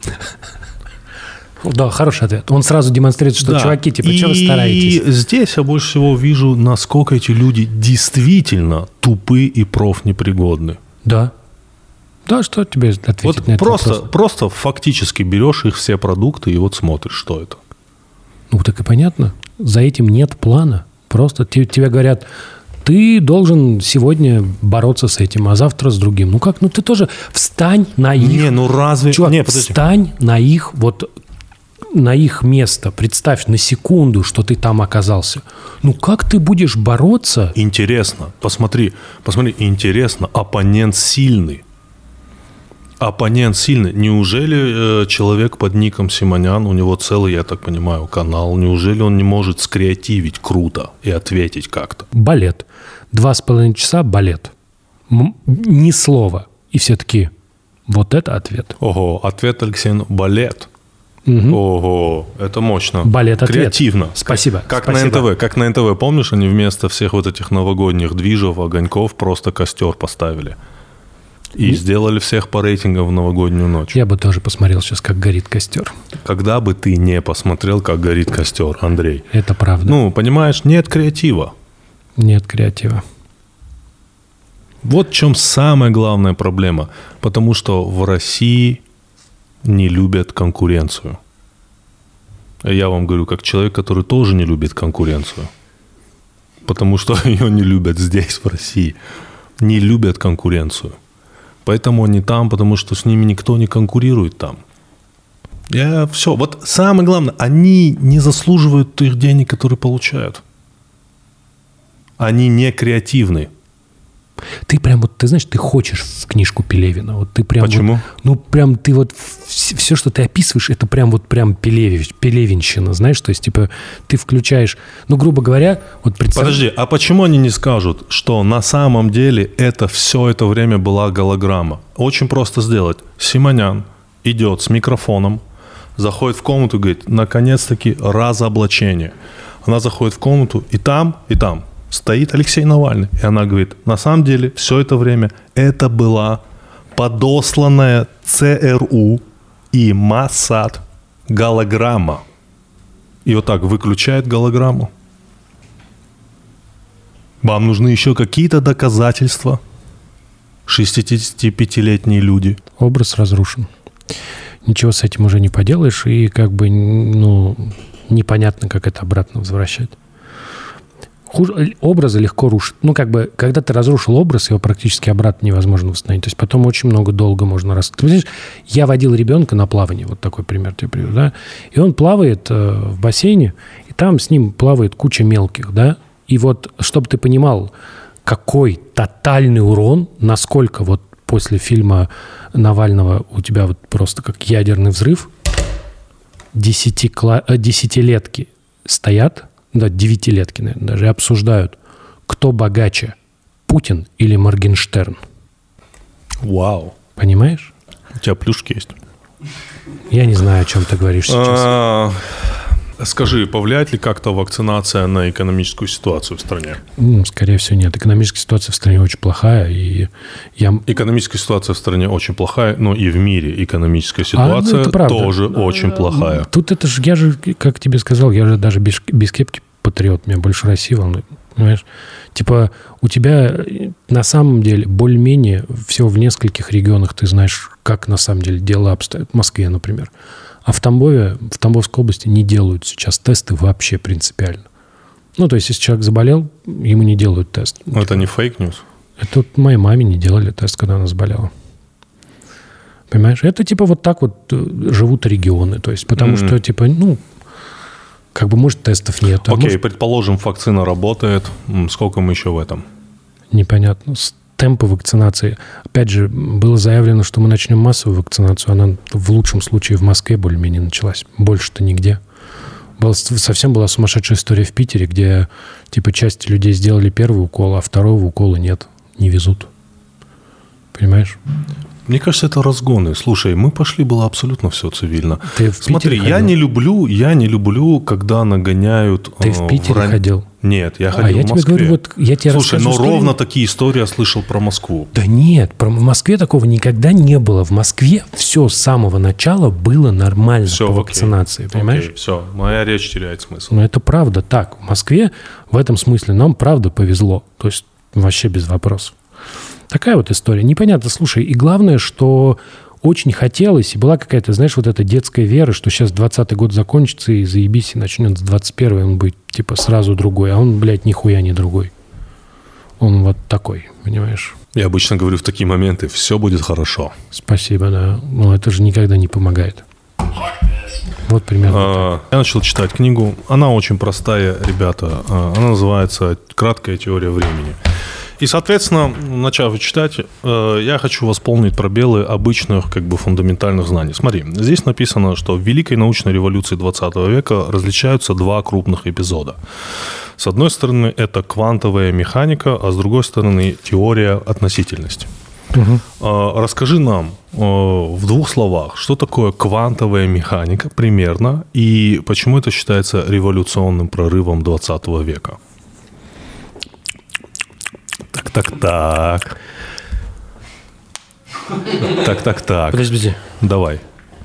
Да, хороший ответ. Он сразу демонстрирует, что, да, чуваки, что вы стараетесь? И здесь я больше всего вижу, насколько эти люди действительно тупы и профнепригодны. Да. Да, что тебе ответить вот на этот вопрос? Просто фактически берешь их все продукты и вот смотришь, что это. Так и понятно. За этим нет плана. Просто тебе говорят, ты должен сегодня бороться с этим, а завтра с другим. Ты тоже встань на их... Чувак, встань на их место. Представь на секунду, что ты там оказался. Как ты будешь бороться? Интересно. Посмотри, интересно. Оппонент сильный. Неужели человек под ником Симонян, у него целый, я так понимаю, канал, неужели он не может скреативить круто и ответить как-то? Балет. 2,5 часа балет. Ни слова. И все таки вот это ответ. Ого, ответ, Алексей, балет. Угу. Ого, это мощно. Балет-ответ. Креативно. Спасибо. Как на НТВ, помнишь, они вместо всех вот этих новогодних движев, огоньков просто костер поставили. И сделали всех по рейтингам в новогоднюю ночь. Я бы тоже посмотрел сейчас, как горит костер. Когда бы ты не посмотрел, как горит костер, Андрей? Это правда. Понимаешь, нет креатива. Нет креатива. Вот в чем самая главная проблема. Потому что в России не любят конкуренцию. Я вам говорю, как человек, который тоже не любит конкуренцию. Потому что ее не любят здесь, в России. Не любят конкуренцию. Поэтому они там, потому что с ними никто не конкурирует там. Все. Вот самое главное, они не заслуживают тех денег, которые получают. Они не креативны. Ты прям вот, ты знаешь, ты хочешь в книжку Пелевина. Вот ты прям Почему? Вот, прям ты вот все, что ты описываешь, это прям пелевинщина, знаешь, то есть типа ты включаешь, грубо говоря, вот Подожди, а почему они не скажут, что на самом деле это все это время была голограмма? Очень просто сделать. Симонян идет с микрофоном, заходит в комнату и говорит, наконец-таки разоблачение. Она заходит в комнату, и там стоит Алексей Навальный. И она говорит, на самом деле, все это время это была подосланная ЦРУ и Моссад голограмма. И вот так выключает голограмму. Вам нужны еще какие-то доказательства? 65-летние люди. Образ разрушен. Ничего с этим уже не поделаешь, и как бы, непонятно, как это обратно возвращать. Образы легко рушат. Когда ты разрушил образ, его практически обратно невозможно восстановить. То есть потом очень долго можно Ты понимаешь, я водил ребенка на плавание, вот такой пример тебе приведу, да, и он плавает в бассейне, и там с ним плавает куча мелких, да, и вот, чтобы ты понимал, какой тотальный урон, насколько вот после фильма Навального у тебя вот просто как ядерный взрыв, десятилетки стоят, да, 9-летки, наверное, даже, и обсуждают, кто богаче, Путин или Моргенштерн. Вау. Понимаешь? У тебя плюшки есть. Я не знаю, о чем ты говоришь сейчас. Скажи, повлияет ли как-то вакцинация на экономическую ситуацию в стране? Скорее всего, нет. Экономическая ситуация в стране очень плохая. И Экономическая ситуация в стране очень плохая, но и в мире экономическая ситуация тоже очень плохая. Тут я же, как тебе сказал, я же даже без кепки патриот. Меня больше России волнует. Понимаешь? Типа у тебя на самом деле более-менее всего в нескольких регионах ты знаешь, как на самом деле дела обстоят. В Москве, например. А в Тамбовской области не делают сейчас тесты вообще принципиально. То есть, если человек заболел, ему не делают тест. Это не фейк-ньюс? Это вот моей маме не делали тест, когда она заболела. Понимаешь? Это типа вот так вот живут регионы. То есть, потому что, типа, может, тестов нет. Окей, предположим, вакцина работает. Сколько мы еще в этом? Непонятно. Темпы вакцинации. Опять же, было заявлено, что мы начнем массовую вакцинацию. Она в лучшем случае в Москве более-менее началась. Больше-то нигде. Совсем была сумасшедшая история в Питере, где типа часть людей сделали первый укол, а второго укола нет. Не везут. Понимаешь? Мне кажется, это разгоны. Слушай, мы пошли, было абсолютно все цивильно. Ты в Смотри, Питере я не люблю, когда нагоняют... Ты в Питере ходил? Нет, я ходил в Москве. Тебе говорю, я тебе Слушай, расскажу историю. Ровно такие истории я слышал про Москву. Да нет, в Москве такого никогда не было. В Москве все с самого начала было нормально по вакцинации. Понимаешь? Окей, все, моя речь теряет смысл. Это правда так. В Москве в этом смысле нам правда повезло. То есть вообще без вопросов. Такая вот история. Непонятно, слушай, и главное, что очень хотелось, и была какая-то, знаешь, вот эта детская вера, что сейчас 20-й год закончится, и заебись, и начнется 21-й, он будет, типа, сразу другой. А он, блядь, нихуя не другой. Он вот такой, понимаешь? Я обычно говорю в такие моменты, все будет хорошо. Спасибо, да. Но это же никогда не помогает. Вот примерно. Я начал читать книгу. Она очень простая, ребята. Она называется «Краткая теория времени». И, соответственно, начав читать, я хочу восполнить пробелы обычных, фундаментальных знаний. Смотри, здесь написано, что в Великой научной революции 20 века различаются два крупных эпизода. С одной стороны, это квантовая механика, а с другой стороны, теория относительности. Угу. Расскажи нам в двух словах, что такое квантовая механика примерно, и почему это считается революционным прорывом 20 века? Так. Подожди. Давай.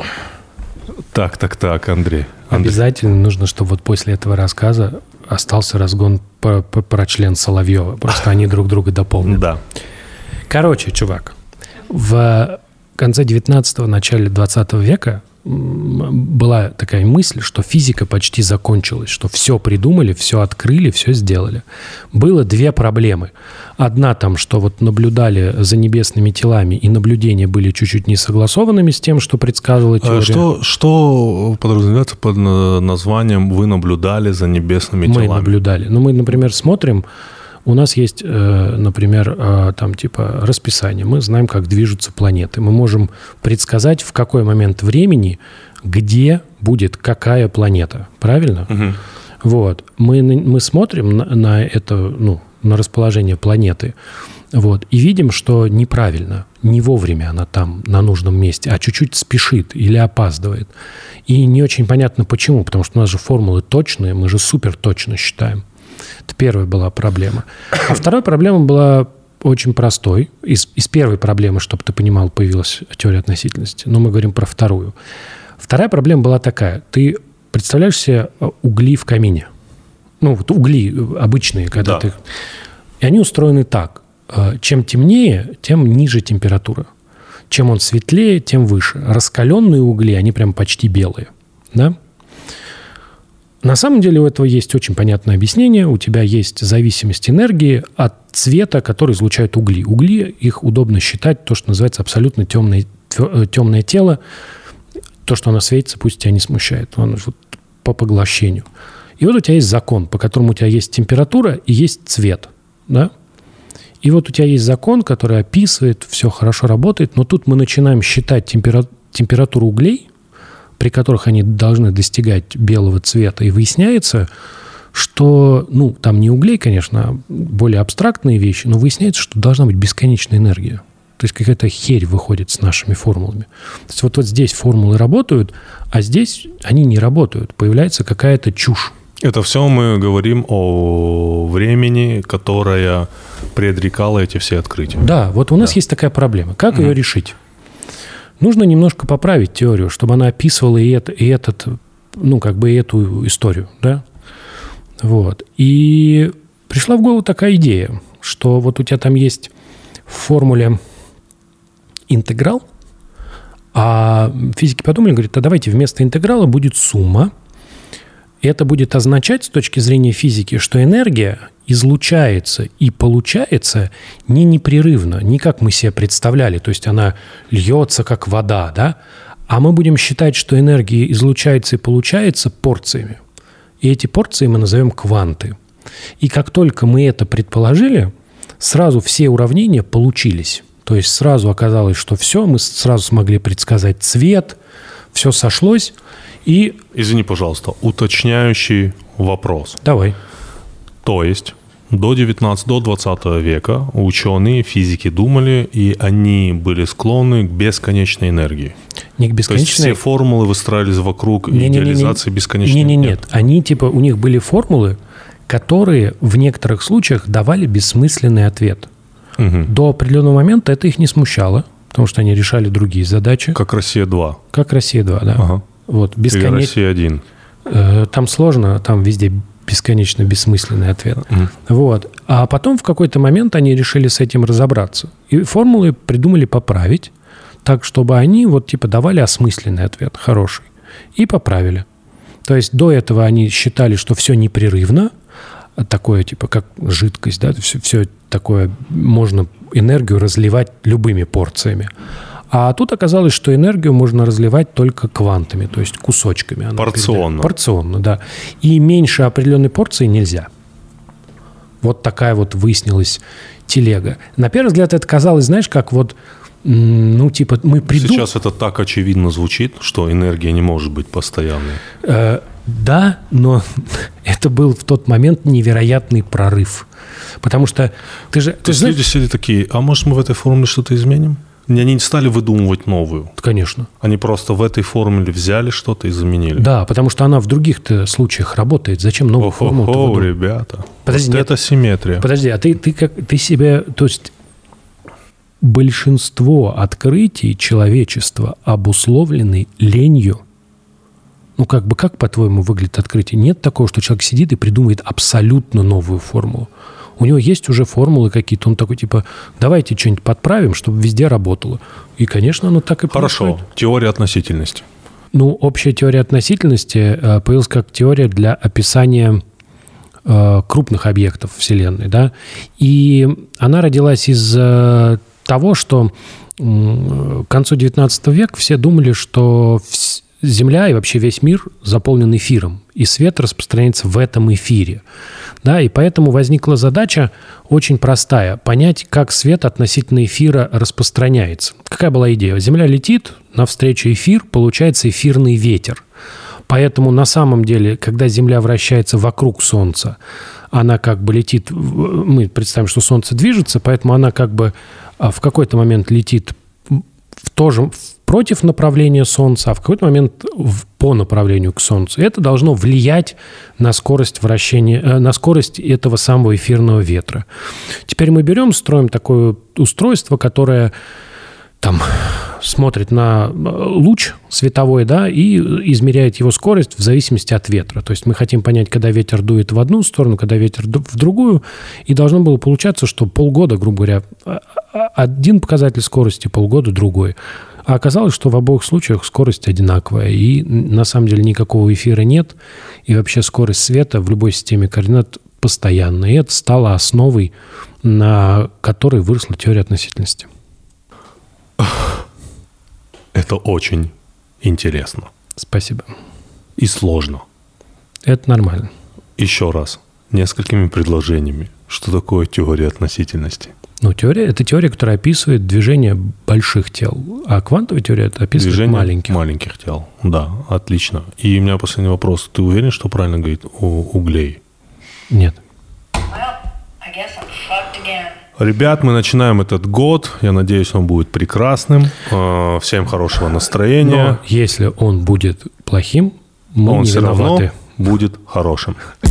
Так, Андрей. Обязательно нужно, чтобы вот после этого рассказа остался разгон про член Соловьева. Просто они друг друга дополнят. Да. Короче, чувак, в конце 19-го, начале 20 века была такая мысль, что физика почти закончилась, что все придумали, все открыли, все сделали. Было две проблемы. Одна там, что вот наблюдали за небесными телами, и наблюдения были чуть-чуть не согласованными с тем, что предсказывала теория. Что подразумевается под названием «вы наблюдали за небесными телами»? Мы наблюдали. Мы, например, смотрим... у нас есть, например, там типа расписание. Мы знаем, как движутся планеты. Мы можем предсказать, в какой момент времени, где будет какая планета. Правильно? Вот. Мы смотрим на это, ну, на расположение планеты, вот, и видим, что неправильно, не вовремя она там на нужном месте, а чуть-чуть спешит или опаздывает. И не очень понятно почему, потому что у нас же формулы точные, мы же супер точно считаем. Это первая была проблема. А вторая проблема была очень простой. Из первой проблемы, чтобы ты понимал, появилась теория относительности, но мы говорим про вторую. Вторая проблема была такая. Ты представляешь себе угли в камине? Ну, вот угли обычные, когда ты... И они устроены так. Чем темнее, тем ниже температура. Чем он светлее, тем выше. Раскаленные угли, они прям почти белые. Да? На самом деле у этого есть очень понятное объяснение. У тебя есть зависимость энергии от цвета, который излучают угли. Угли, их удобно считать, то, что называется абсолютно темное тело. То, что оно светится, пусть тебя не смущает. Он вот по поглощению. И вот у тебя есть закон, по которому у тебя есть температура и есть цвет. Да? И вот у тебя есть закон, который описывает, все хорошо работает, но тут мы начинаем считать температуру углей, при которых они должны достигать белого цвета, и выясняется, что, ну, там не углей, конечно, а более абстрактные вещи, но выясняется, что должна быть бесконечная энергия. То есть какая-то херь выходит с нашими формулами. То есть вот здесь формулы работают, а здесь они не работают. Появляется какая-то чушь. Это все мы говорим о времени, которое предрекало эти все открытия. Да, вот у нас есть такая проблема. Как ее решить? Нужно немножко поправить теорию, чтобы она описывала и этот, ну, как бы эту историю, да? Вот. И пришла в голову такая идея, что вот у тебя там есть в формуле интеграл, а физики подумали, говорят, а давайте вместо интеграла будет сумма. Это будет означать с точки зрения физики, что энергия излучается и получается не непрерывно, не как мы себе представляли, то есть она льется как вода, да? А мы будем считать, что энергия излучается и получается порциями. И эти порции мы назовем кванты. И как только мы это предположили, сразу все уравнения получились. То есть сразу оказалось, что все, мы сразу смогли предсказать цвет, все сошлось. И... Извини, пожалуйста, уточняющий вопрос. Давай. То есть до 20 века ученые, физики думали, и они были склонны к бесконечной энергии. Не к бесконечной... То есть все формулы выстраивались вокруг идеализации бесконечной энергии. Нет. Они типа, у них были формулы, которые в некоторых случаях давали бессмысленный ответ. Угу. До определенного момента это их не смущало, потому что они решали другие задачи. Как Россия-2. Как Россия-2, да. Ага. Вот, Или Россия-1. Там сложно, там везде бесконечно бессмысленный ответ. Вот. А потом в какой-то момент они решили с этим разобраться. И формулы придумали поправить так, чтобы они вот типа давали осмысленный ответ, хороший. И поправили. То есть до этого они считали, что все непрерывно, такое типа как жидкость, да, все такое, можно энергию разливать любыми порциями. А тут оказалось, что энергию можно разливать только квантами, то есть кусочками. Порционно. Порционно, да. И меньше определенной порции нельзя. Вот такая вот выяснилась телега. На первый взгляд это казалось, знаешь, как вот, ну, типа мы придумали... Сейчас это так очевидно звучит, что энергия не может быть постоянной. Да, но это был в тот момент невероятный прорыв. Потому что ты же... То есть люди сидели такие, а может мы в этой формуле что-то изменим? Они не стали выдумывать новую. Конечно. Они просто в этой формуле взяли что-то и заменили. Да, потому что она в других-то случаях работает. Зачем новую формулу? О, ребята. Подожди, вот это симметрия. Подожди, а ты себя... То есть большинство открытий человечества обусловлены ленью. Ну, как по-твоему, выглядит открытие? Нет такого, что человек сидит и придумывает абсолютно новую формулу. У него есть уже формулы какие-то. Он такой, типа, давайте что-нибудь подправим, чтобы везде работало. И, конечно, оно так и происходит. Хорошо. Теория относительности. Ну, общая теория относительности появилась как теория для описания крупных объектов Вселенной, да. И она родилась из того, что к концу XIX века все думали, что Земля и вообще весь мир заполнен эфиром, и свет распространяется в этом эфире. Да, и поэтому возникла задача очень простая – понять, как свет относительно эфира распространяется. Какая была идея? Земля летит, навстречу эфир, получается эфирный ветер. Поэтому на самом деле, когда Земля вращается вокруг Солнца, она как бы летит, мы представим, что Солнце движется, поэтому она как бы в какой-то момент летит против направления Солнца, а в какой-то момент по направлению к Солнцу. И это должно влиять на скорость вращения, на скорость этого самого эфирного ветра. Теперь мы берем, строим такое устройство, которое там смотрит на луч световой, да, и измеряет его скорость в зависимости от ветра. То есть мы хотим понять, когда ветер дует в одну сторону, когда ветер в другую, и должно было получаться, что полгода, грубо говоря, один показатель скорости, полгода другой. А оказалось, что в обоих случаях скорость одинаковая, и на самом деле никакого эфира нет, и вообще скорость света в любой системе координат постоянная. И это стало основой, на которой выросла теория относительности. Это очень интересно. Спасибо. И сложно. Это нормально. Еще раз, несколькими предложениями. Что такое теория относительности? Ну, это теория, которая описывает движение больших тел, а квантовая теория это описывает движение маленьких тел. Да, отлично. И у меня последний вопрос. Ты уверен, что правильно говорит о углей? Нет. Ребят, мы начинаем этот год. Я надеюсь, он будет прекрасным. Всем хорошего настроения. Но если он будет плохим, мы он не все виноваты. равно будет хорошим.